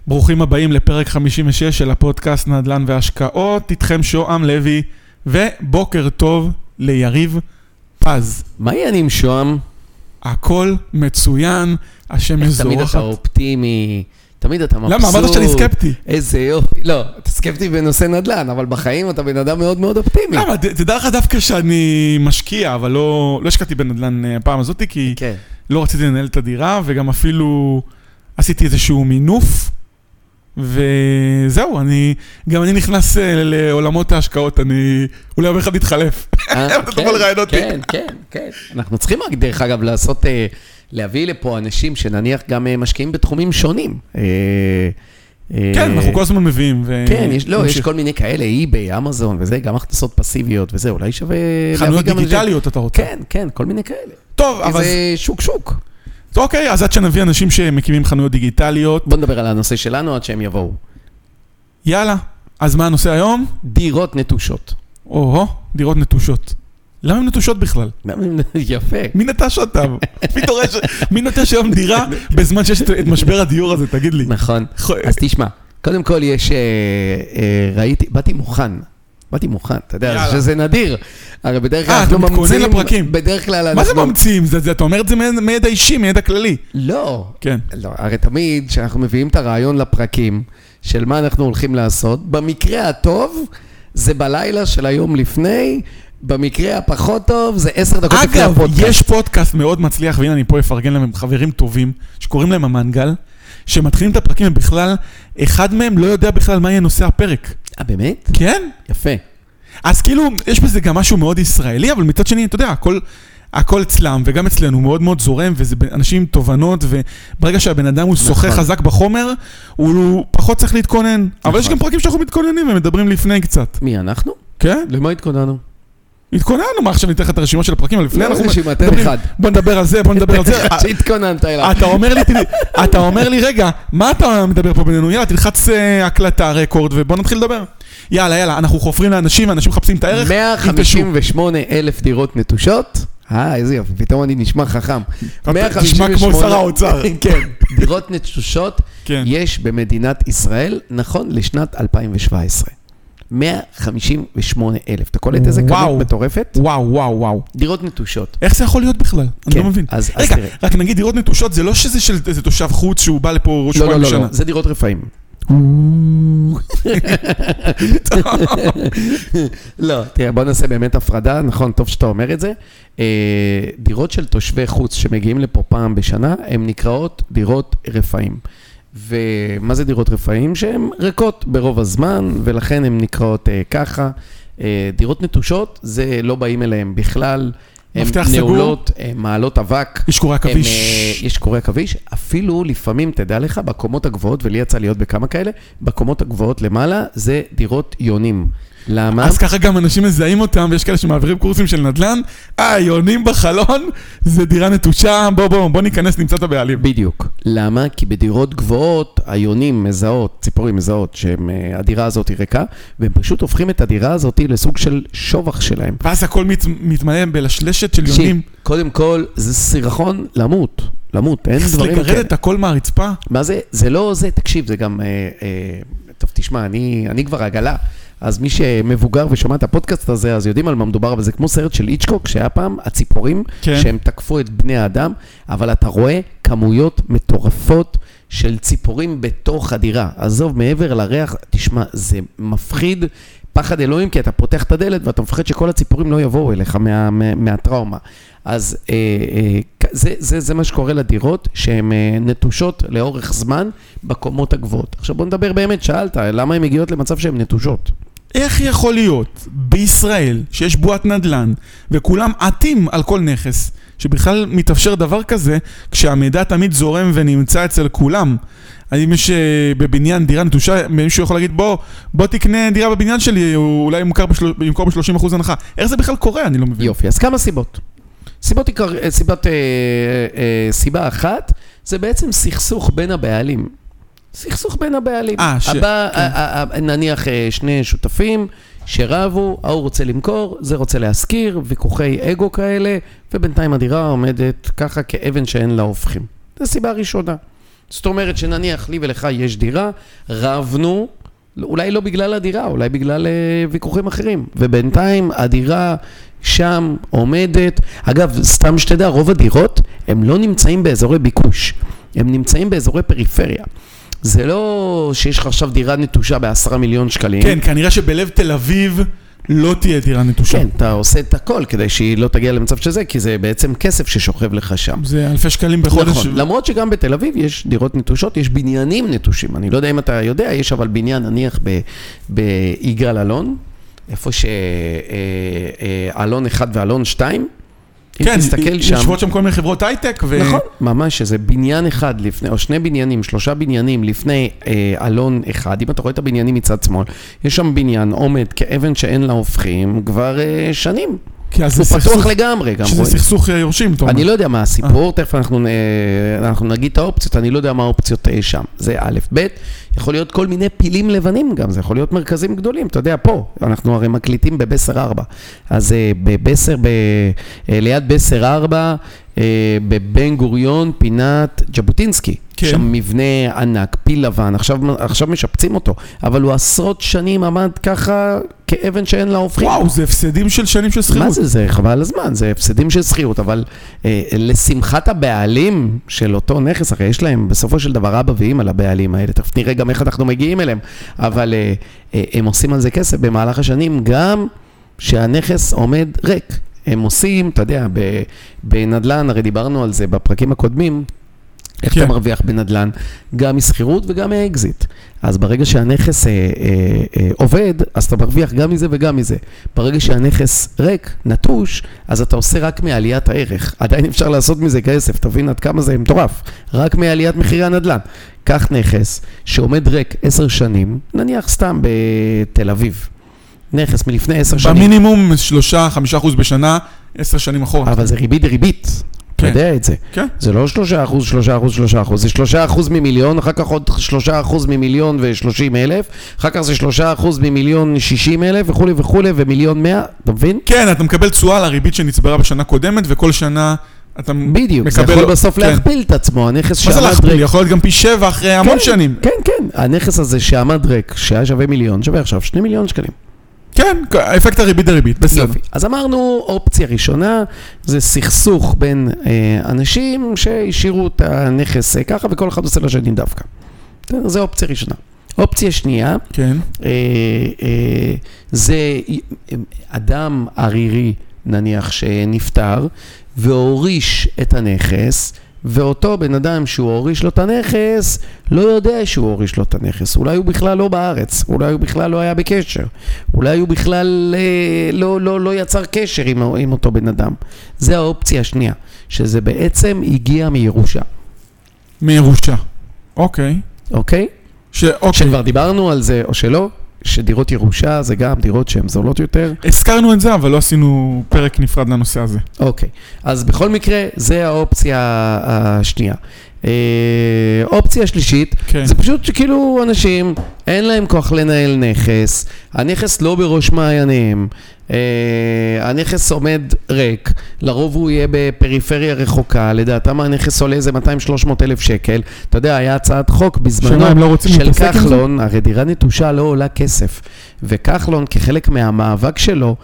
ברוכים הבאים לפרק 56 של הפודקאסט נדל"ן והשקעות, איתכם שועם לוי, ובוקר טוב ליריב פז. מה העניינים שועם? הכל מצוין, השם יזורחת. תמיד אתה אופטימי, תמיד אתה מבסוט. למה? אמרת שאני סקפטי. איזה יופי. לא, אתה סקפטי בנושא נדל"ן, אבל בחיים אתה בן אדם מאוד מאוד אופטימי. למה? תדע לך דווקא שאני משקיע, אבל לא השקעתי בנדל"ן הפעם הזאת, כי לא רציתי לנהל את הדירה, וגם אפילו עשיתי איזשהו מינוף, וזהו, גם אני נכנס לעולמות ההשקעות, אני אולי יום אחד מתחלף. כן, כן, כן. אנחנו צריכים רק דרך אגב להביא לפה אנשים שנניח גם משקיעים בתחומים שונים. כן, אנחנו כל הזמן מביאים. כן, יש כל מיני כאלה, eBay, אמזון וזה, גם הכנסות פסיביות וזה, אולי שווה... חנויות דיגיטליות אתה רוצה. כן, כן, כל מיני כאלה. טוב, אבל... זה שוק. אוקיי, אז עד שנביא אנשים שמקימים חנויות דיגיטליות. בוא נדבר על הנושא שלנו עד שהם יבואו. יאללה, אז מה הנושא היום? דירות נטושות. דירות נטושות. למה הן נטושות בכלל? יפה. מי נטש אותם? מי נטש היום דירה בזמן שיש את משבר הדיור הזה, תגיד לי. נכון. אז תשמע, קודם כל יש, באתי מוכן, אתה יודע, שזה נדיר. הרי בדרך כלל אנחנו ממציאים, בדרך כלל אנחנו... מה זה ממציאים? אתה אומר את זה מידע אישי, מידע כללי. לא. כן. לא, הרי תמיד כשאנחנו מביאים את הרעיון לפרקים, של מה אנחנו הולכים לעשות, במקרה הטוב, זה בלילה של היום לפני, במקרה הפחות טוב, זה 10 דקות לפני הפודקאסט. אגב, יש פודקאסט מאוד מצליח, והנה אני פה אפרגן להם חברים טובים, שקוראים להם המנגל, שמתחילים את הפרקים, ובכלל, אחד מהם לא יודע בכלל מה יהיה נושא הפרק. באמת? כן. יפה. אז כאילו, יש בזה גם משהו מאוד ישראלי, אבל מצד שני, אתה יודע, הכל אצלם, וגם אצלנו מאוד מאוד זורם, וזה אנשים עם תובנות, וברגע שהבן אדם הוא שוחה חזק בחומר, הוא פחות צריך להתכונן. אבל יש גם פרקים שאנחנו מתכוננים, ומדברים לפני קצת. מי, אנחנו? כן. למה התכוננו? התכוננו, מה עכשיו ניתן לך את הרשימה של הפרקים, אבל לפני אנחנו בוא נדבר על זה. שהתכוננת אליו. אתה אומר לי, רגע, מה אתה מדבר פה בינינו? יאללה, תלחץ הקלטה, רקורד, ובוא נתחיל לדבר. יאללה, אנחנו חופרים לאנשים, ואנשים מחפשים את הערך. 158,000 דירות נטושות. איזה יופי, פתאום אני נשמע חכם. נשמע כמו שר האוצר. כן, דירות נטושות יש במדינת ישראל, נכון לשנת 2017. 158,000. אתה קולט איזה כמות מטורפת? וואו. דירות נטושות. איך זה יכול להיות בכלל? אני לא מבין. רגע, רק נגיד דירות נטושות, זה לא שזה של איזה תושב חוץ שהוא בא לפה שבועיים בשנה. לא, זה דירות רפאים. לא, תראה, בוא נעשה באמת הפרדה, נכון, טוב שאתה אומר את זה. דירות של תושבי חוץ שמגיעים לפה פעם בשנה, הן נקראות דירות רפאים. ומה זה דירות רפאים? שהן ריקות ברוב הזמן, ולכן הן נקראות ככה. דירות נטושות, זה לא באים אליהם בכלל. הן נעולות, מעלות אבק. יש קורי עכביש. יש קורי עכביש. אפילו לפעמים, תדע לך, בקומות הגבוהות, ולי יצא להיות בכמה כאלה, בקומות הגבוהות למעלה, זה דירות יונים. למה? אז ככה גם אנשים מזהים אותם, ויש כאלה שמעבירים קורסים של נדל"ן, יונים בחלון, זה דירה נטושה, בוא ניכנס, נמצא את הבעלים. בדיוק. למה? כי בדירות גבוהות, היונים מזהות, ציפורים מזהות, שהדירה הזאת היא ריקה, והם פשוט הופכים את הדירה הזאת לסוג של שובח שלהם. ואז הכל מתמלא בלשלשת של יונים. קודם כל, זה סירחון למות, אין דברים כאלה. לגרד את הכל מהרצפה? מה זה? זה לא זה, תקשיב, זה גם, טוב, תשמע, אני כבר עגלה. אז מי שמבוגר ושומע את הפודקאסט הזה, אז יודעים על מה מדובר, אבל זה כמו סרט של איצ'קוק, שהיה פעם הציפורים, שהם תקפו את בני האדם, אבל אתה רואה כמויות מטורפות של ציפורים בתוך הדירה. עזוב, מעבר לריח, תשמע, זה מפחיד, פחד אלוהים, כי אתה פותח את הדלת, ואתה מפחד שכל הציפורים לא יבואו אליך מהטראומה. אז זה מה שקורה לדירות, שהן נטושות לאורך זמן בקומות הגבוהות. עכשיו בוא נדבר באמת, שאלת, למה הן מגיעות למצב שהן נטושות? איך יכול להיות בישראל שיש בועת נדל"ן וכולם עטים על כל נכס, שבכלל מתאפשר דבר כזה כשהמידע תמיד זורם ונמצא אצל כולם? האם יש בבניין דירה נטושה, מישהו יכול להגיד בוא תקנה דירה בבניין שלי, אולי ימכור ב-30% הנחה. איך זה בכלל קורה? אני לא מבין. יופי, אז כמה סיבות? סיבה אחת, זה בעצם סכסוך בין הבעלים. נניח שני שותפים שרבו, ההוא רוצה למכור, זה רוצה להשכיר, ויכוחי אגו כאלה, ובינתיים הדירה עומדת ככה כאבן שאין לה הופכים. זו סיבה ראשונה. זאת אומרת שנניח לי ולך יש דירה, רבנו, אולי לא בגלל הדירה, אולי בגלל ויכוחים אחרים. ובינתיים הדירה שם עומדת, אגב, סתם שתדע, רוב הדירות הם לא נמצאים באזורי ביקוש, הם נמצאים באזורי פריפריה. זה לא שיש לך עכשיו דירה נטושה ב10 מיליון שקלים. כן, כנראה שבלב תל אביב לא תהיה דירה נטושה. כן, אתה עושה את הכל כדי שהיא לא תגיע למצב שזה, כי זה בעצם כסף ששוכב לך שם. זה אלפי שקלים בחודש. נכון, למרות שגם בתל אביב יש דירות נטושות, יש בניינים נטושים. אני לא יודע אם אתה יודע, יש אבל בניין נניח ביגאל אלון, איפה שאלון 1 ואלון 2, כן, יושבות שם כל מיני חברות הייטק. נכון, ממש, שזה בניין אחד לפני, או 2 בניינים, 3 בניינים לפני אלון 1, אם אתה רואה את הבניינים מצד שמאל, יש שם בניין עומד כאבן שאין לה הופכים כבר שנים. הוא פתוח לגמרי. שזה סכסוך יורשים. אני לא יודע מה הסיפור, תכף אנחנו נגיד את האופציות, אני לא יודע מה האופציות שם. זה א', ב', יכול להיות כל מיני פילים לבנים גם, זה יכול להיות מרכזים גדולים, אתה יודע, פה, אנחנו הרי מקליטים בבסר 4, אז ליד בסר 4, בבן גוריון, פינת ג'בוטינסקי, שם מבנה ענק, פיל לבן, עכשיו משפצים אותו, אבל הוא עשרות שנים עמד ככה כאבן שאין לה הופכים. וואו, זה הפסדים של שנים של שכירות. מה זה? זה חבל הזמן, זה הפסדים של שכירות, אבל לשמחת הבעלים של אותו נכס, הרי יש להם בסופו של דבר אבא ואמא לבעלים האלה, תכף נראה גם איך אנחנו מגיעים אליהם, אבל הם עושים על זה כסף במהלך השנים, גם שהנכס עומד ריק. הם עושים, אתה יודע, בנדלן, הרי דיברנו על זה בפרקים הקודמים, איך אתה מרוויח בנדלן, גם מסחירות וגם מאקזיט. אז ברגע שהנכס עובד, אז אתה מרוויח גם מזה וגם מזה. ברגע שהנכס ריק, נטוש, אז אתה עושה רק מעליית הערך. עדיין אפשר לעשות מזה כסף, תבין עד כמה זה מטורף. רק מעליית מחירי הנדלן. קח נכס שעומד ריק 10 שנים, נניח סתם בתל אביב. נכס מלפני 10 שנים. במינימום 3-5% בשנה, 10 שנים אחורה. אבל זה ריבית. אתה יודע את זה. כן. זה לא 3%, זה 3% ממיליון, אחר כך עוד 3% ממיליון ו30,000, אחר כך זה 3% ממיליון 60,000 וכו' וכו' ומיליון 100, אתה מבין? כן, אתה מקבל תשואה על הריבית שנצברה בשנה קודמת, וכל שנה אתה בדיוק, זה יכול בסוף להכפיל את עצמו, הנכס שעמד ריק. מה זה להכפיל? יכול להיות גם פי 7 אחרי המון שנים. כן, הנכס הזה שעמד ריק, שהיה שווה מיליון, שווה עכשיו 2 מיליון שקלים. כן, אפקט הריבית, בסדר. יופי. אז אמרנו, אופציה ראשונה, זה סכסוך בין אנשים שהשאירו את הנכס ככה, וכל אחד עושה לשני דווקא. זה אופציה ראשונה. אופציה שנייה, כן. זה אדם ערירי, נניח, שנפטר, והוריש את הנכס, ואותו בן אדם שהוא הוריש לו את הנכס, לא יודע שהוא הוריש לו את הנכס. אולי הוא בכלל לא בארץ, אולי הוא בכלל לא היה בקשר, אולי הוא בכלל לא יצר קשר עם אותו בן אדם. זה האופציה השנייה, שזה בעצם הגיע מירושה. מירושה, אוקיי. אוקיי? שכבר דיברנו על זה או שלא, שדירות ירושה זה גם דירות שהן זולות יותר. הזכרנו את זה, אבל לא עשינו פרק נפרד לנושא הזה. אוקיי, אז בכל מקרה, זה האופציה השנייה. אופציה שלישית, זה פשוט שכאילו אנשים, אין להם כוח לנהל נכס, הנכס לא בראש מעיינים, הנכס עומד ריק, לרוב הוא יהיה בפריפריה רחוקה, לדעתם הנכס עולה איזה 200-300 אלף שקל, אתה יודע, היה הצעת חוק בזמנו של כחלון, הרי דירה נטושה לא עולה כסף, וכחלון כחלק מהמאבק שלו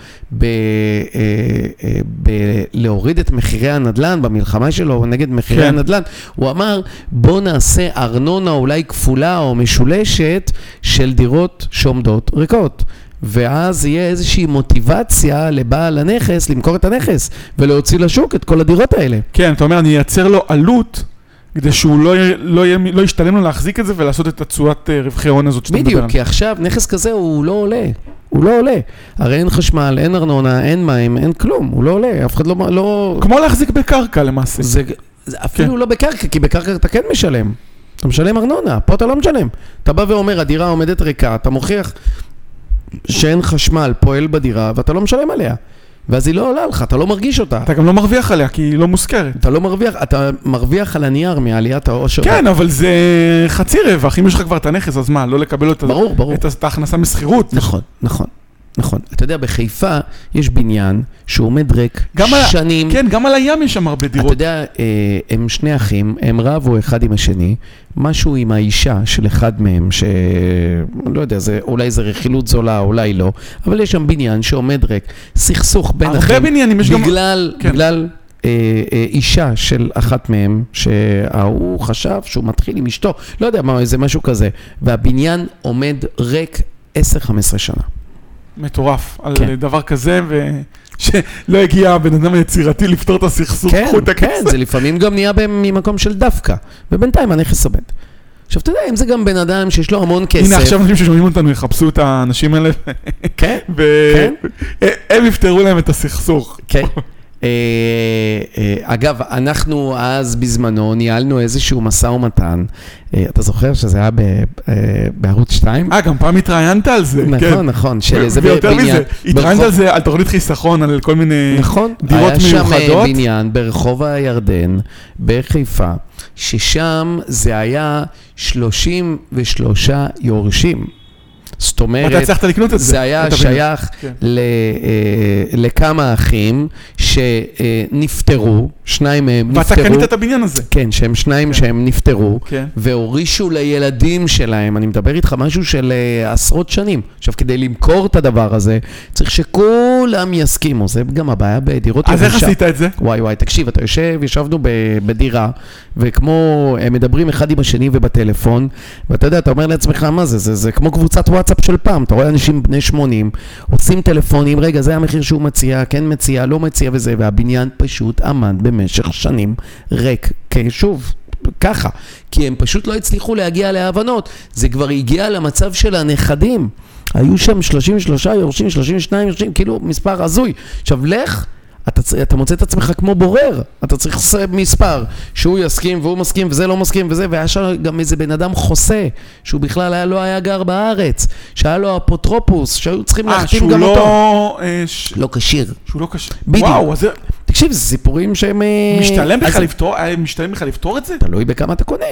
להוריד את מחירי הנדלן, במלחמה שלו נגד מחירי הנדלן, הוא אמר בוא נעשה ארנונה אולי כפולה או משולשת של דירות שעומדות ריקות. ואז יהיה איזושהי מוטיבציה לבעל הנכס למכור את הנכס ולהוציא לשוק את כל הדירות האלה. כן, אתה אומר, אני אייצר לו עלות כדי שהוא לא ישתלם לו להחזיק את זה ולעשות את הצועת רווחי הון הזאת שאתה מדבר. בדיוק, כי עכשיו נכס כזה הוא לא עולה. הוא לא עולה. הרי אין חשמל, אין ארנונה, אין מים, אין כלום. הוא לא עולה. אף אחד לא... כמו להחזיק בקרקע למעשה. זה אפילו לא בקרקע, כי בקרקע אתה כן משלם. אתה משלם ארנונה, פה אתה לא משלם. אתה בא ואומר, הדירה עומדת ריקה, אתה מוכיח שאין חשמל פועל בדירה, ואתה לא משלם עליה. ואז היא לא עולה לך, אתה לא מרגיש אותה. אתה גם לא מרוויח עליה, כי היא לא מוזכרת. אתה מרוויח על הנייר מעליית העושר. כן, אבל זה חצי רווח. אם יש לך כבר את הנכס, אז מה, לא לקבל את ההכנסה מסחירות? נכון. נכון. אתה יודע, בחיפה יש בניין שהוא עומד ריק שנים. כן, גם על הים יש שם הרבה דירות. אתה יודע, הם שני אחים, הם רבו אחד עם השני, משהו עם האישה של אחד מהם, לא יודע, אולי זה רכילות זולה, אולי לא, אבל יש שם בניין שעומד ריק, סכסוך בין אחים. הרבה בניינים יש גם... בגלל אישה של אחת מהם, שהוא חשב שהוא מתחיל עם אשתו, לא יודע מה, זה משהו כזה, והבניין עומד ריק 10-15 שנה. מטורף, על דבר כזה, ושלא הגיע הבן אדם היצירתי לפתור את הסכסוך. כן, זה לפעמים גם נהיה ממקום של דווקא, ובינתיים הנכס עומד. עכשיו, אתה יודע, אם זה גם בן אדם שיש לו המון כסף... הנה, עכשיו אנשים ששומעים אותנו יחפשו את האנשים האלה, כן, והם יפתרו להם את הסכסוך. כן. אגב, אנחנו אז בזמנו ניהלנו איזשהו משא ומתן, אתה זוכר שזה היה בערוץ 2? גם פעם התראיינת על זה. נכון. ויותר מזה, התראיינת על זה, על תוכנית חיסכון, על כל מיני דירות מיוחדות. היה שם בניין ברחוב הירדן, בחיפה, ששם זה היה 33 יורשים. זאת אומרת, אתה הצלחת לקנות את זה. זה היה שייך לכמה אחים שנפטרו, שניים מהם נפטרו. ואתה קנית את הבניין הזה. כן, שהם שניים שהם נפטרו, והורישו לילדים שלהם, אני מדבר איתך משהו של עשרות שנים. עכשיו, כדי למכור את הדבר הזה, צריך שכולם יסכימו, זה גם הבעיה בדירות ירושה. אז איך עשית את זה? וואי, תקשיב, אתה ישבנו בדירה, וכמו הם מדברים אחד עם השני ובטלפון, ואתה יודע, אתה אומר לעצמך, מה זה? זה כמו קבוצת וואטסאפ של פעם, אתה רואה אנשים בני 80, עושים טלפונים, רגע, זה המחיר שהוא מציע, כן מציע, לא מציע וזה, והבניין פשוט עמד במשך שנים ריק, שוב, ככה, כי הם פשוט לא הצליחו להגיע להבנות, זה כבר הגיע למצב של הנכדים, היו שם 33 יורשים, 32 יורשים, כאילו מספר הזוי, עכשיו לך, אתה מוצא את עצמך כמו בורר, אתה צריך מספר, שהוא יסכים והוא מסכים וזה לא מסכים וזה, והיה שם גם איזה בן אדם חוסה, שהוא בכלל לא היה גר בארץ, שהיה לו אפוטרופוס, שהיו צריכים להחתים גם אותו. לא קשיר. שהוא לא קשיר. וואו, אז... תקשיב, זה סיפורים שהם... משתלם בכלל לפתור את זה? תלוי בכמה אתה קונה.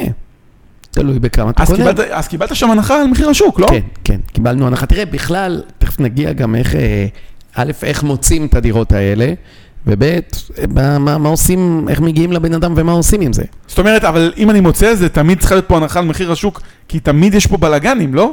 אז קיבלת שם הנחה על מחיר השוק, לא? כן, קיבלנו הנחה. תראה, בכלל, תכף נגיע גם איך מוצאים את הדירות האלה, ובית, מה עושים, איך מגיעים לבן אדם ומה עושים עם זה. זאת אומרת, אבל אם אני מוצא זה, תמיד צריכה להיות פה הנחה על מחיר השוק, כי תמיד יש פה בלגנים, לא?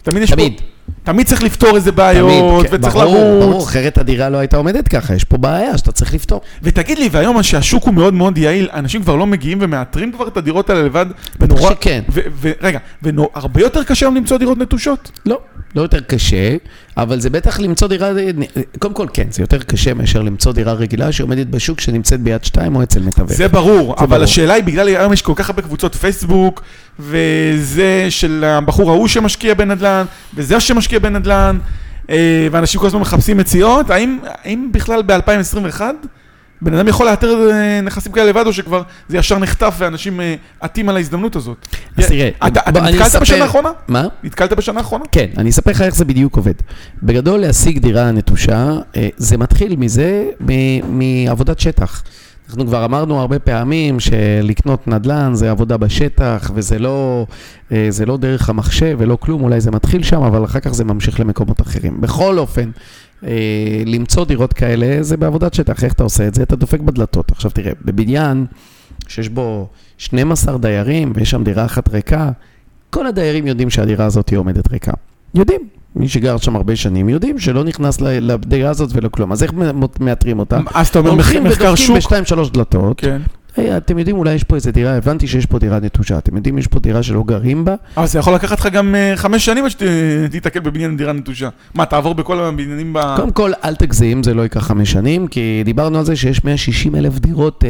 תמיד צריך לפתור איזה בעיות, וצריך לרוץ. ברור, אחרת הדירה לא הייתה עומדת ככה, יש פה בעיה שאתה צריך לפתור. ותגיד לי, והיום שהשוק הוא מאוד מאוד יעיל, אנשים כבר לא מגיעים ומאתרים כבר את הדירות האלה לבד, שכן. רגע, הרבה יותר קשה למצוא דירות נטושות? לא יותר קשה, אבל זה בטח למצוא דירה, קודם כל כן, זה יותר קשה מאשר למצוא דירה רגילה שעומדת בשוק שנמצאת ביד 2 או אצל מתווך. זה ברור, אבל השאלה היא, בגלל היום יש כל כך הרבה קבוצות פייסבוק, וזה של הבחור ההוא שמשקיע בנדל"ן, וזה שמשקיע בנדל"ן, ואנשים כל הזמן מחפשים מציאות, האם בכלל ב-2021 בן אדם יכול לאתר נכסים כאלה לבד, או שכבר זה ישר נחטף ואנשים עטים על ההזדמנות הזאת? אז תראה, אתה נתקלת בשנה האחרונה? מה? נתקלת בשנה האחרונה? כן, אני אספר לך איך זה בדיוק עובד. בגדול להשיג דירה נטושה, זה מתחיל מזה, מעבודת שטח. אנחנו כבר אמרנו הרבה פעמים שלקנות נדל"ן זה עבודה בשטח, וזה לא דרך המחשב ולא כלום, אולי זה מתחיל שם, אבל אחר כך זה ממשיך למקומות אחרים. בכל אופן, למצוא דירות כאלה זה בעבודת שטח. איך אתה עושה את זה? אתה דופק בדלתות. עכשיו תראה, בבניין שיש בו 12 דיירים ויש שם דירה אחת ריקה, כל הדיירים יודעים שהדירה הזאת היא עומדת ריקה. יודעים. מי שגר שם הרבה שנים יודעים שלא נכנס לדירה הזאת ולא כלום. אז איך מאתרים אותה? אז אתה אומר מחקר שוק? הולכים ב2-3 דלתות. כן. אתם יודעים, אולי יש פה איזה דירה, הבנתי שיש פה דירה נטושה, אתם יודעים, יש פה דירה שלא גרים בה? אבל זה יכול לקחת לך גם 5 שנים שתתקל בבניין דירה נטושה. מה, תעבור בכל הבניינים קודם כל, אל תגזים, זה לא ייקח 5 שנים, כי דיברנו על זה שיש 160,000 דירות,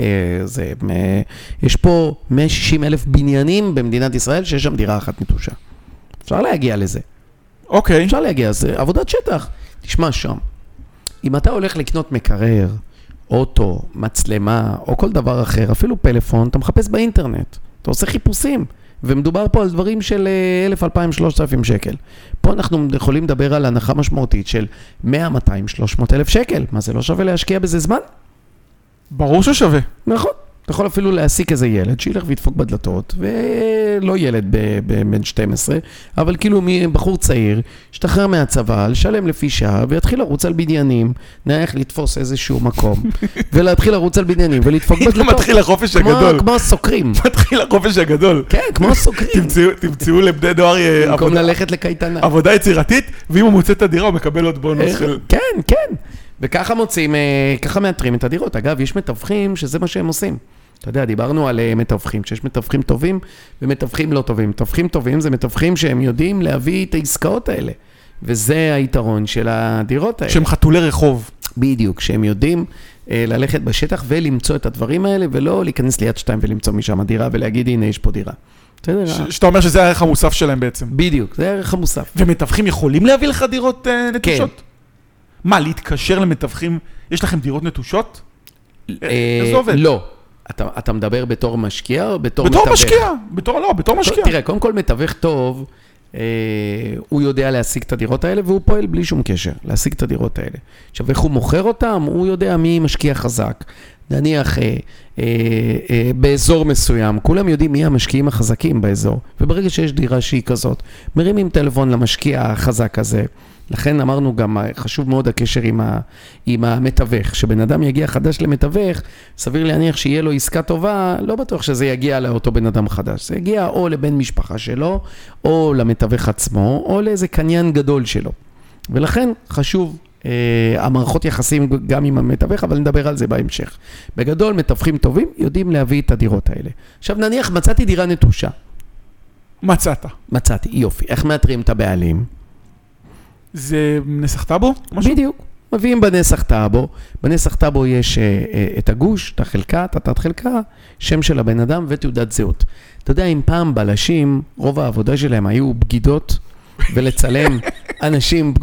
יש פה 160,000 בניינים במדינת ישראל, שיש שם דירה אחת נטושה. אפשר להגיע לזה. אוקיי. אפשר להגיע, זה עבודת שטח. תשמע שם, אם אתה הולך לקנות מקרר, אוטו, מצלמה, או כל דבר אחר, אפילו פלאפון, אתה מחפש באינטרנט. אתה עושה חיפושים, ומדובר פה על דברים של 1,000, 2,000, 3,000 שקל. פה אנחנו יכולים לדבר על הנחה משמעותית של 100, 200, 300,000 שקל. מה, זה לא שווה להשקיע בזה זמן? ברור ששווה. נכון. אתה יכול אפילו להעסיק איזה ילד שילך וידפוק בדלתות, ולא ילד בן 12, אבל כאילו בחור צעיר, שתחרר מהצבא, לשלם לפי שעה, ויתחיל לרוץ על בניינים, נערך לתפוס איזשהו מקום, ולהתחיל לרוץ על בניינים, ולדפוק בדלתות. מתחיל החופש הגדול. כמו הסוקרים. מתחיל החופש הגדול. כן, כמו הסוקרים. תמצאו לבני נוער במקום ללכת לקייטנה. עבודה יצירתית, ואם הוא מוצא את הדירה, הוא מקבל עוד בונוס של... כן, כן. וככה מוצאים, ככה מאתרים את הדירות. אגב, יש מתווכים שזה מה שהם עושים. אתה יודע, דיברנו על מתווכים, שיש מתווכים טובים ומתווכים לא טובים. מתווכים טובים זה מתווכים שהם יודעים להביא את העסקאות האלה. וזה היתרון של הדירות האלה. שהם חתולי רחוב. בדיוק, שהם יודעים ללכת בשטח ולמצוא את הדברים האלה, ולא להיכנס ליד 2 ולמצוא משם דירה ולהגיד, הנה, יש פה דירה. שאתה אומר שזה הערך המוסף שלהם בעצם. בדיוק, זה הערך המוסף. ומתווכים יכולים להביא לך דירות נטושות? כן. מה, להתקשר למתווכים, יש לכם דירות נטושות? איך זה עובד? לא. אתה מדבר בתור משקיע או בתור מתווך? בתור משקיע. תראה, קודם כל מתווך טוב, הוא יודע להשיג את הדירות האלה, והוא פועל בלי שום קשר, להשיג את הדירות האלה. עכשיו, איך הוא מוכר אותם? הוא יודע מי משקיע חזק. נניח באזור מסוים, כולם יודעים מי המשקיעים החזקים באזור, וברגע שיש דירה שהיא כזאת, מרימים טלפון למשקיע החזק הזה. לכן אמרנו גם, חשוב מאוד הקשר עם המתווך, שבן אדם יגיע חדש למתווך, סביר להניח שיהיה לו עסקה טובה, לא בטוח שזה יגיע לאותו בן אדם חדש, זה יגיע או לבן משפחה שלו, או למתווך עצמו, או לאיזה קניין גדול שלו. ולכן חשוב המערכות יחסים גם עם המתווך, אבל נדבר על זה בהמשך. בגדול, מתווכים טובים יודעים להביא את הדירות האלה. עכשיו נניח, מצאתי דירה נטושה. מצאתי, יופי. איך מאתרים את הבעלים? זה נסח טאבו? בדיוק. מביאים בנסח טאבו. בנסח טאבו יש את הגוש, את החלקה, את התת חלקה, שם של הבן אדם ותעודת זהות. אתה יודע, אם פעם בלשים, רוב העבודה שלהם היו בגידות, ולצלם אנשים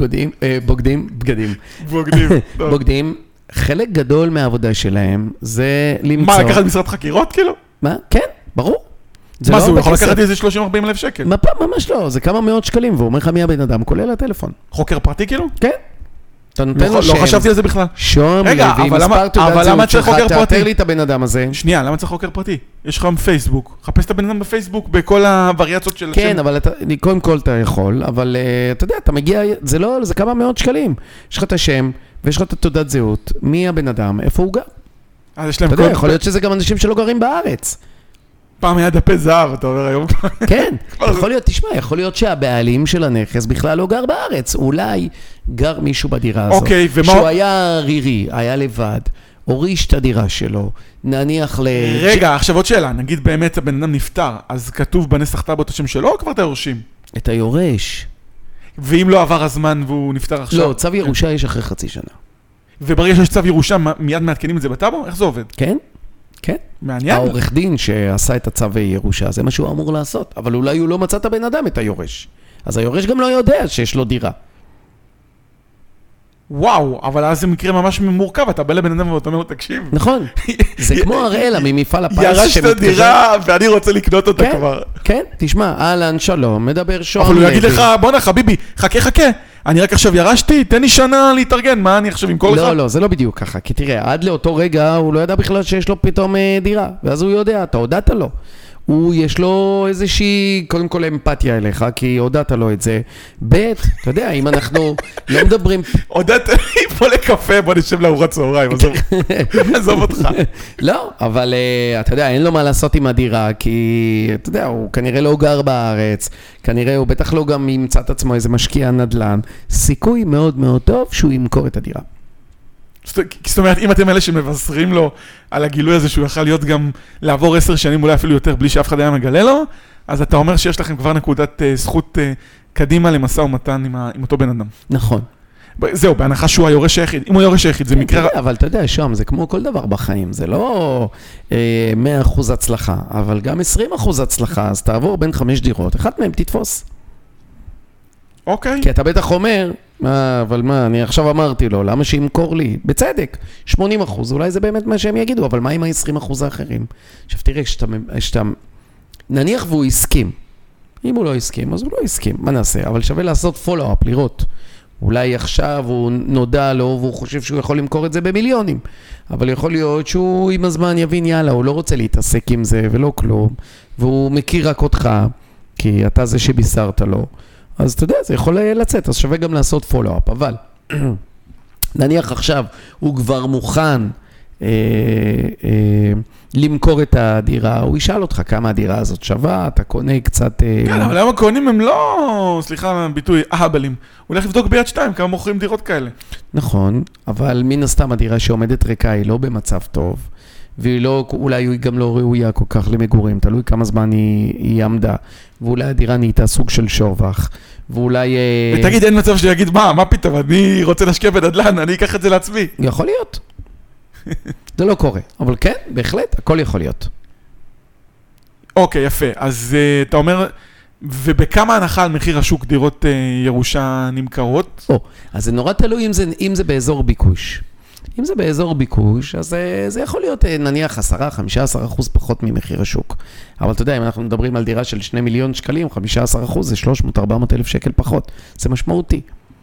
בוגדים. חלק גדול מהעבודה שלהם זה למצוא... מה, לקחת משרד חקירות כאילו? מה? כן, ברור. מה זה, הוא יכול לקחת איזה 30-40 אלף שקל? ממש לא, זה כמה מאות שקלים, והוא אומר לך מי הבן אדם, כולל הטלפון. חוקר פרטי כאילו? כן. אתה נותן לו שם. לא חשבתי על זה בכלל. שום לוי, מספר תעודת זהות שלך, תאתר לי את הבן אדם הזה. שנייה, למה צריך חוקר פרטי? יש לך פייסבוק, חפש את הבן אדם בפייסבוק בכל הווריאציות של... כן, אבל קודם כל אתה יכול, אבל אתה יודע, אתה מגיע, זה כמה מאות שקלים. יש לך את השם, ויש לך את תעודת זהות, מי הבן אדם, איפה הוא גר. אתה יודע, יכול להיות שזה גם אנשים שלא גרים בארץ. פעם היה דפי זהב, אתה אומר היום. כן, יכול להיות, תשמע, יכול להיות שהבעלים של הנכס בכלל לא גר בארץ, אולי גר מישהו בדירה הזאת. אוקיי, ומה... שהוא היה רירי, היה לבד, הוריש את הדירה שלו, נניח רגע, עכשיו עוד שאלה, נגיד באמת הבן אדם נפטר, אז כתוב בנסח טאבו את השם שלו או כבר את היורשים? את היורש. ואם לא עבר הזמן והוא נפטר עכשיו? לא, צו ירושה יש אחרי חצי שנה. וברגע שיש צו ירושה, מיד מעדכנים את זה בטאבו? איך זה עובד? כן. כן. מעניין. העורך דין שעשה את הצו ירושה, זה מה שהוא אמור לעשות. אבל אולי הוא לא מצא את הבן אדם, את היורש. אז היורש גם לא יודע שיש לו דירה. וואו, אבל אז זה מקרה ממש מורכב, אתה בא לבן אדם ואתה אומר לו, תקשיב. נכון. זה כמו הראלה ממפעל הפיס. ירשת דירה ואני רוצה לקנות אותה כבר. כן, תשמע, אהלן, שלום, מדבר שום. אבל הוא יגיד לך, בוא חביבי, חכה. אני רק עכשיו ירשתי, תן לי שנה להתארגן, מה אני עכשיו עם כל אחד? לא, זה לא בדיוק ככה, כי תראה, עד לאותו רגע הוא לא ידע בכלל שיש לו פתאום דירה, ואז הוא יודע, אתה הודעת לו. יש לו איזושהי, קודם כל אמפתיה אליך, כי הודעת לו את זה. אתה יודע, אם אנחנו לא מדברים... הודעת לי פה לקפה, בוא נשב לארוחת צהריים, עזוב אותך. לא, אבל אתה יודע, אין לו מה לעשות עם הדירה, כי אתה יודע, הוא כנראה לא גר בארץ, כנראה הוא בטח לא גם ימצא את עצמו איזה משקיע נדל"ן, סיכוי מאוד מאוד טוב שהוא ימכור את הדירה. זאת אומרת, אם אתם אלה שמבשרים לו על הגילוי הזה שהוא יכל להיות גם לעבור 10 שנים, אולי אפילו יותר, בלי שאף אחד היה מגלה לו, אז אתה אומר שיש לכם כבר נקודת זכות קדימה למשא ומתן עם אותו בן אדם. נכון. זהו, בהנחה שהוא היורש היחיד. אם הוא היורש היחיד, זה מקרה... אבל אתה יודע, שם, זה כמו כל דבר בחיים. זה לא 100% הצלחה, אבל גם 20% הצלחה, אז תעבור בין 5 דירות, אחת מהם תתפוס. אוקיי. כי אתה בטח אומר, אבל מה, אני עכשיו אמרתי לו, למה שימכור לי? בצדק, 80%, אולי זה באמת מה שהם יגידו, אבל מה עם ה-20% האחרים? עכשיו תראה, שאתה נניח והוא הסכים, אם הוא לא הסכים, אז הוא לא הסכים, מה נעשה? אבל שווה לעשות פולו-אפ, לראות, אולי עכשיו הוא נודע לו והוא חושב שהוא יכול למכור את זה במיליונים. אבל יכול להיות שהוא עם הזמן יבין, יאללה, הוא לא רוצה להתעסק עם זה ולא כלום. והוא מכיר רק אותך, כי אתה זה שבישרת לו. אז אתה יודע, זה יכול לצאת, אז שווה גם לעשות פולו-אפ. אבל נניח עכשיו הוא כבר מוכן למכור את הדירה, הוא ישאל אותך כמה הדירה הזאת שווה, אתה קונה קצת... כן, אבל למה הקונים הם לא, סליחה, ביטוי, אהבלים. הוא הולך לבדוק ביד 2 כמה מוכרים דירות כאלה. נכון, אבל מן הסתם הדירה שעומדת ריקה היא לא במצב טוב, והיא לא, אולי היא גם לא ראויה כל כך למגורים, תלוי כמה זמן היא עמדה, ואולי הדירה נהייתה סוג של שובח, ואולי... ותגיד, אין מצב שיגיד, מה פתאום, אני רוצה להשקיע בנדל"ן, אני אקח את זה לעצמי. יכול להיות. זה לא קורה, אבל כן, בהחלט, הכל יכול להיות. אוקיי, יפה. אז אתה אומר, ובכמה הנחה על מחיר השוק דירות ירושה נמכרות? אז זה נורא תלוי אם זה באזור ביקוש. אם זה באזור ביקוש, אז זה יכול להיות נניח 10-15% פחות ממחיר השוק. אבל אתה יודע, אם אנחנו מדברים על דירה של 2 מיליון שקלים, 15% זה 300-400 אלף שקל פחות. זה משמעותי.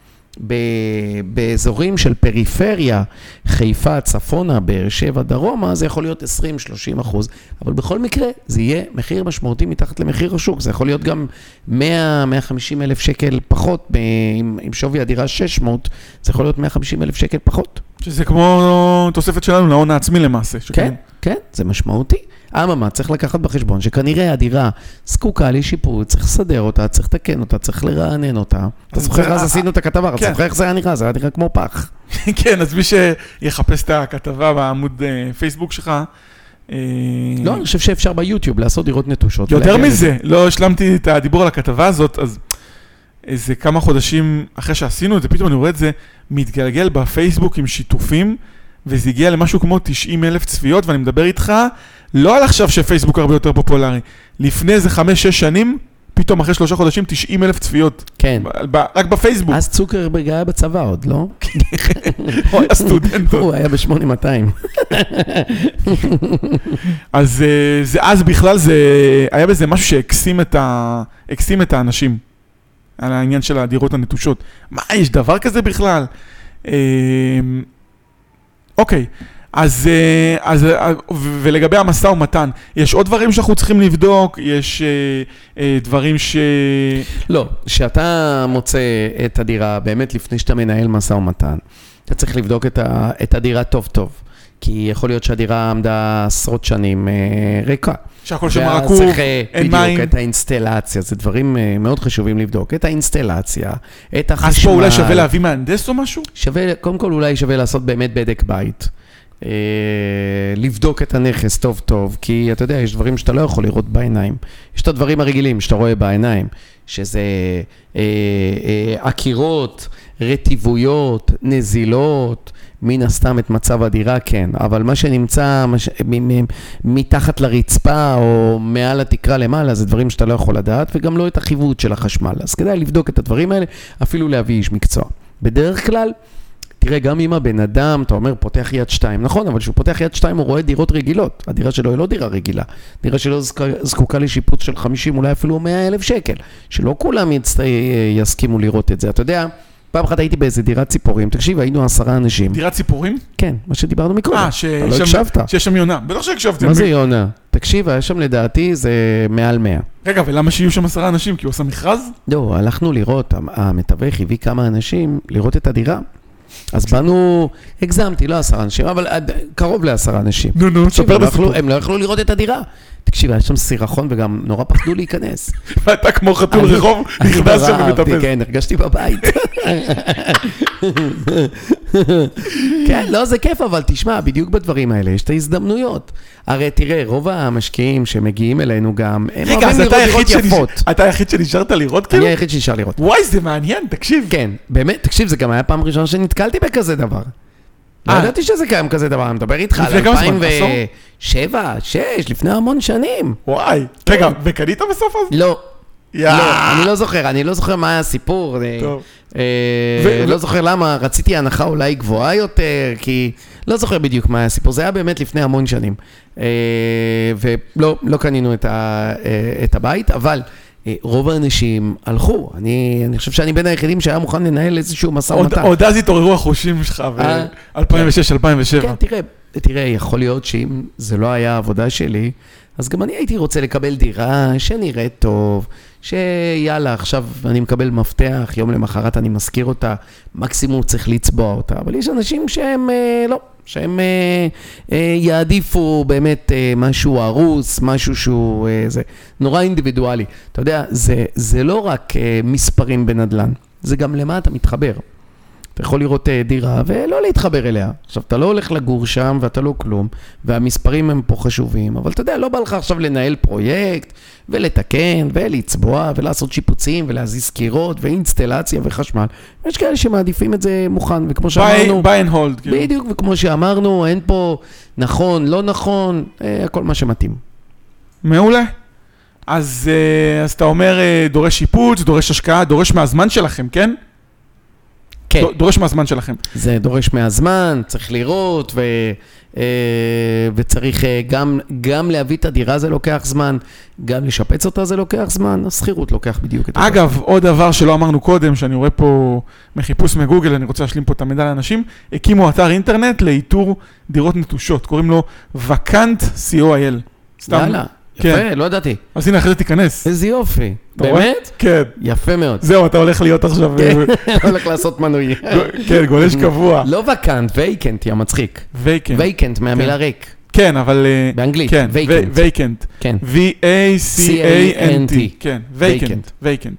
באזורים של פריפריה, חיפה, צפונה, באר שבע, דרומה, זה יכול להיות 20-30%, אבל בכל מקרה זה יהיה מחיר משמעותי מתחת למחיר השוק, זה יכול להיות גם 100-150 אלף שקל פחות, עם שווי הדירה 600, זה יכול להיות 150 אלף שקל פחות. שזה כמו תוספת שלנו להון העצמי למעשה. כן, כן, זה משמעותי. אממה, צריך לקחת בחשבון שכנראה הדירה זקוקה לשיפוץ, צריך לסדר אותה, צריך לתקן אותה, צריך לרענן אותה. אתה זוכר אז עשינו את הכתבה, אתה זוכר איך זה היה נראה? זה היה נראה כמו פח. כן, אז מי שיחפש את הכתבה בעמוד פייסבוק שלך... לא, אני חושב שאפשר ביוטיוב לעשות דירות נטושות. יותר מזה, לא השלמתי את הדיבור על הכתבה הזאת, אז איזה כמה חודשים אחרי שעשינו את זה, פתאום אני רואה את זה מתגלגל בפייסבוק עם שיתופים, וזה הגיע למשהו כמו 90,000 צפיות, ואני מדבר איתך, לא על עכשיו שפייסבוק הרבה יותר פופולרי. לפני איזה 5-6 שנים, פתאום אחרי 3 חודשים, 90,000 צפיות. כן. רק בפייסבוק. אז צוקרברג היה בצבא עוד, לא? הוא היה סטודנט. הוא היה ב-8200. אז בכלל היה בזה משהו שהקסים את האנשים. על העניין של הדירות הנטושות. מה, יש דבר כזה בכלל? אוקיי, אז ולגבי המשא ומתן, יש עוד דברים שאנחנו צריכים לבדוק, יש דברים לא, שאתה מוצא את הדירה, באמת לפני שאתה מנהל משא ומתן, אתה צריך לבדוק את הדירה טוב טוב, כי יכול להיות שהדירה עמדה עשרות שנים ריקה. שהכל שם רקוב, אין מים. בדיוק, את האינסטלציה, זה דברים מאוד חשובים לבדוק. את האינסטלציה, את החשמל. אז פה אולי שווה להביא מהנדס או משהו? קודם כל אולי שווה לעשות באמת בדק בית. לבדוק את הנכס טוב טוב, כי אתה יודע, יש דברים שאתה לא יכול לראות בעיניים. יש את הדברים הרגילים שאתה רואה בעיניים, שזה עקירות, רטיבויות, נזילות, מן הסתם את מצב הדירה, כן. אבל מה שנמצא מתחת לרצפה או מעל התקרה למעלה, זה דברים שאתה לא יכול לדעת, וגם לא את החיווט של החשמל. אז כדאי לבדוק את הדברים האלה, אפילו להביא איש מקצוע. בדרך כלל, תראה, גם אם הבן אדם, אתה אומר, פותח יד 2, נכון, אבל כשהוא פותח יד 2, הוא רואה דירות רגילות. הדירה שלו היא לא דירה רגילה. דירה שלו זקוקה לשיפוץ של 50, אולי אפילו 100,000 שקל. שלא כולם יסכימו לראות את זה. אתה יודע, פעם אחת הייתי באיזה דירת ציפורים. תקשיב, היינו 10 אנשים. דירת ציפורים? כן, מה שדיברנו מקודם. אתה לא הקשבת. שיש שם יונה. בטח שהקשבתם. מה זה יונה? תקשיב, היה שם לדעתי, זה מעל 100. רגע, ולמה שיהיו שם 10 אנשים? כי הוא עושה מכרז? לא, הלכנו לראות, המתווך הביא כמה אנשים לראות את הדירה. אז באנו, הגזמתי, לא 10 אנשים, אבל קרוב ל10 אנשים. נו, ספר את הסיפור. הם לא יכלו לראות את הדירה. תקשיב, היה שם סירחון וגם נורא פחדו להיכנס. ואתה כמו חתול רחוב, נכנס שם ומטפס. כן, הרגשתי בבית. כן, לא, זה כיף, אבל תשמע, בדיוק בדברים האלה יש את ההזדמנויות. הרי תראה, רוב המשקיעים שמגיעים אלינו גם, הם אוהבים לראות דירות יפות. אתה היחיד שנשארת לראות כאילו? אני היחיד שנשאר לראות. וואי, זה מעניין, תקשיב. כן, באמת, תקשיב, זה גם היה פעם ראשונה שנתקלתי בכזה דבר. לא ידעתי שזה קיים כזה דבר, אני מדבר איתך על 2007, 2006, לפני המון שנים. וואי, רגע, וקנית בסוף אז? לא, אני לא זוכר מה היה הסיפור. טוב. לא זוכר למה, רציתי הנחה אולי גבוהה יותר, כי לא זוכר בדיוק מה היה הסיפור, זה היה באמת לפני המון שנים. ולא קנינו את הבית, אבל רוב האנשים הלכו. אני חושב שאני בין היחידים שהיה מוכן לנהל איזשהו מסע ומתן. עוד אז התעוררו החושים שלך ב-2006-2007. כן, תראה, יכול להיות שאם זה לא היה העבודה שלי, אז גם אני הייתי רוצה לקבל דירה שנראית טוב, שיאללה, עכשיו אני מקבל מפתח, יום למחרת אני מזכיר אותה, מקסימום צריך לצבוע אותה, אבל יש אנשים שהם לא, שהם יעדיפו באמת משהו הרוס, משהו שהוא זה נורא אינדיבידואלי. אתה יודע, זה לא רק מספרים בנדלן, זה גם למה אתה מתחבר. אתה יכול לראות דירה ולא להתחבר אליה. עכשיו, אתה לא הולך לגור שם ואתה לא כלום, והמספרים הם פה חשובים, אבל אתה יודע, לא בא לך עכשיו לנהל פרויקט, ולתקן, ולצבוע, ולעשות שיפוצים, ולהזיז קירות, ואינסטלציה וחשמל. יש כאלה שמעדיפים את זה מוכן, וכמו שאמרנו... buy and hold, כאילו. בדיוק, וכמו שאמרנו, אין פה נכון, לא נכון, הכל מה שמתאים. מעולה. אז אתה אומר, דורש שיפוץ, דורש השקעה, דורש מהזמן שלכם, כן? כן. דורש מהזמן שלכם. זה דורש מהזמן, צריך לראות, וצריך גם להביא את הדירה זה לוקח זמן, גם לשפץ אותה זה לוקח זמן, הסחירות לוקח בדיוק את זה. אגב, עוד דבר שלא אמרנו קודם, שאני רואה פה מחיפוש מגוגל, אני רוצה להשלים פה את המידע לאנשים, הקימו אתר אינטרנט לאיתור דירות נטושות, קוראים לו Vacant Co.il. יאללה. יפה, לא ידעתי. אז הנה, אחרי זה תיכנס. איזה יופי. באמת? כן. יפה מאוד. זהו, אתה הולך להיות עכשיו... כן, הולך לעשות מנוי. כן, גולש קבוע. לא וקנט, וייקנט, יא מצחיק. וייקנט. וייקנט, מהמילה ריק. כן, אבל... באנגלית, וייקנט. וייקנט. כן. V-A-C-A-N-T. כן, וייקנט. וייקנט.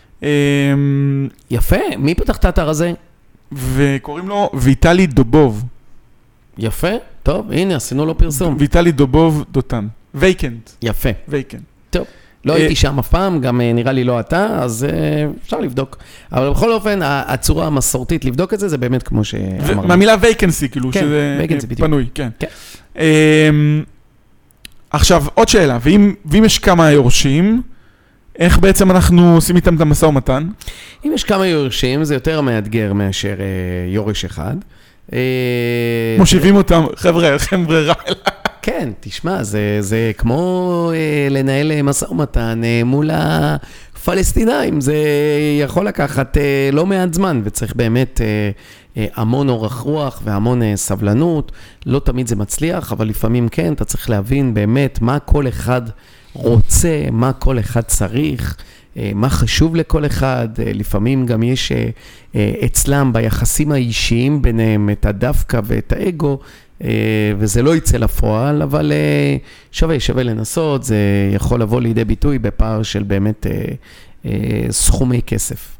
יפה, מי פתח את האתר הזה? וקוראים לו ויטלי דובוב. יפה, טוב, הנה, עשינו לו פרסום. ויטלי דובוב דותן. וייקנט. יפה. וייקנט. טוב, לא הייתי שם אף פעם, גם נראה לי לא אתה, אז אפשר לבדוק. אבל בכל אופן, הצורה המסורתית לבדוק את זה, זה באמת כמו שאמרנו. מהמילה וייקנסי, כאילו, כן, שזה פנוי, כן. כן. עכשיו, עוד שאלה, ואם יש כמה יורשים, איך בעצם אנחנו עושים איתם את המשא ומתן? אם יש כמה יורשים, זה יותר מאתגר מאשר יורש אחד. מושיבים אותם, חבר'ה, לכם ברירה. כן, תשמע, זה כמו לנהל משא ומתן מול הפלסטינאים, זה יכול לקחת לא מעט זמן, וצריך באמת המון אורך רוח והמון סבלנות, לא תמיד זה מצליח, אבל לפעמים כן, אתה צריך להבין באמת מה כל אחד רוצה, מה כל אחד צריך, מה חשוב לכל אחד, לפעמים גם יש אצלם ביחסים האישיים ביניהם את הדווקא ואת האגו, וזה לא יצא לפועל, אבל שווה לנסות, זה יכול לבוא לידי ביטוי בפער של באמת סכומי כסף.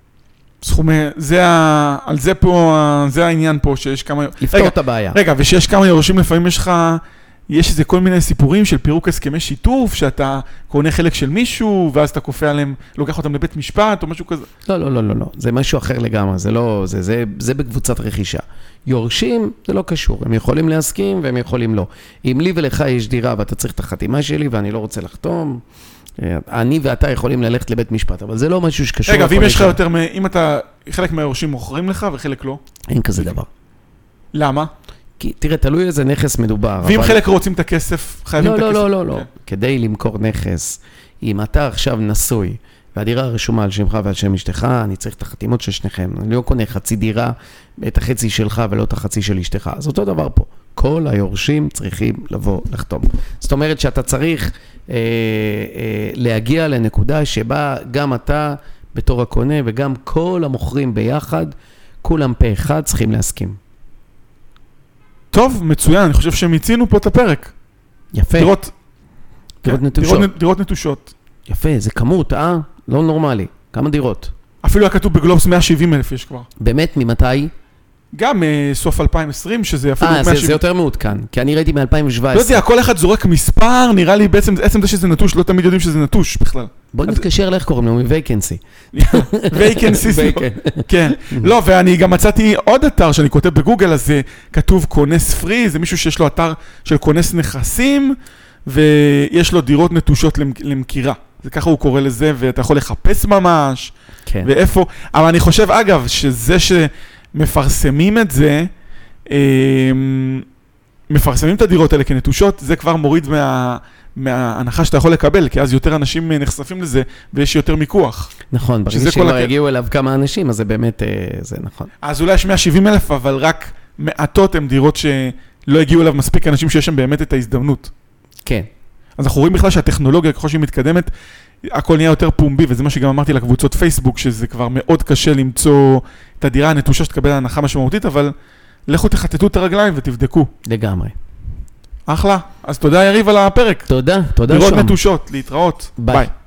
על זה פה, זה העניין פה, שיש כמה... לפתור את הבעיה. רגע, ושיש כמה יורשים, לפעמים יש איזה כל מיני סיפורים של פירוק הסכמי שיתוף, שאתה קונה חלק של מישהו, ואז אתה כופה עליהם, לוקח אותם לבית משפט, או משהו כזה. לא, זה משהו אחר לגמרי, זה בקבוצת רכישה. יורשים, זה לא קשור, הם יכולים להסכים והם יכולים לא. אם לי ולך יש דירה ואתה צריך את החתימה שלי ואני לא רוצה לחתום, אני ואתה יכולים ללכת לבית משפט, אבל זה לא משהו שקשור. רגע, ואם יש לך יותר, אם אתה, חלק מהיורשים מוכרים לך וחלק לא? אין כזה דבר. למה? כי תראה, תלוי איזה נכס מדובר. ואם חלק רוצים את הכסף, חייבים את הכסף? לא. כדי למכור נכס, אם אתה עכשיו נשוי, והדירה הרשומה על שמך ועל שם אשתך, אני צריך את החתימות של שניכם. אני לא קונה חצי דירה, את החצי שלך ולא את החצי של אשתך. אז אותו דבר פה. כל היורשים צריכים לבוא לחתום. זאת אומרת שאתה צריך להגיע לנקודה שבה גם אתה בתור הקונה וגם כל המוכרים ביחד, כולם פה אחד צריכים להסכים. טוב, מצוין. אני חושב שמיצינו פה את הפרק. יפה. דירות נטושות. יפה, זה כמות, לא נורמלי. כמה דירות? אפילו היה כתוב בגלובס 170,000 יש כבר. באמת, ממתי? גם סוף 2020, שזה אפילו 170. זה יותר מעודכן, כי אני ראיתי מ-2017. לא יודע, כל אחד זורק מספר, נראה לי בעצם זה שזה נטוש, לא תמיד יודעים שזה נטוש בכלל. בוא נתקשר לך קוראים לו, מווייקנסי. וייקנסי, כן. לא, ואני גם מצאתי עוד אתר שאני כותב בגוגל, אז זה כתוב כונס פרי, זה מישהו שיש לו אתר של כונס נכסים, ויש לו דירות נטושות למכירה. זה ככה הוא קורא לזה, ואתה יכול לחפש ממש, ואיפה. אבל אני חושב, אגב, שזה שמפרסמים את זה, מפרסמים את הדירות האלה כנטושות, זה כבר מוריד מההנחה שאתה יכול לקבל, כי אז יותר אנשים נחשפים לזה, ויש יותר מיקוח. נכון, ברגע שכבר הגיעו אליו כמה אנשים, אז זה באמת, זה נכון. אז אולי יש 170,000, אבל רק מעטות הן דירות שלא הגיעו אליו מספיק אנשים שיש שם באמת את ההזדמנות. כן. אז אנחנו רואים בכלל שהטכנולוגיה, ככל שהיא מתקדמת, הכל נהיה יותר פומבי, וזה מה שגם אמרתי לקבוצות פייסבוק, שזה כבר מאוד קשה למצוא את הדירה הנטושה שתקבל הנחה משמעותית, אבל לכו תחטטו את הרגליים ותבדקו. לגמרי. אחלה. אז תודה יריב על הפרק. תודה, תודה שום. דירות נטושות, להתראות. ביי.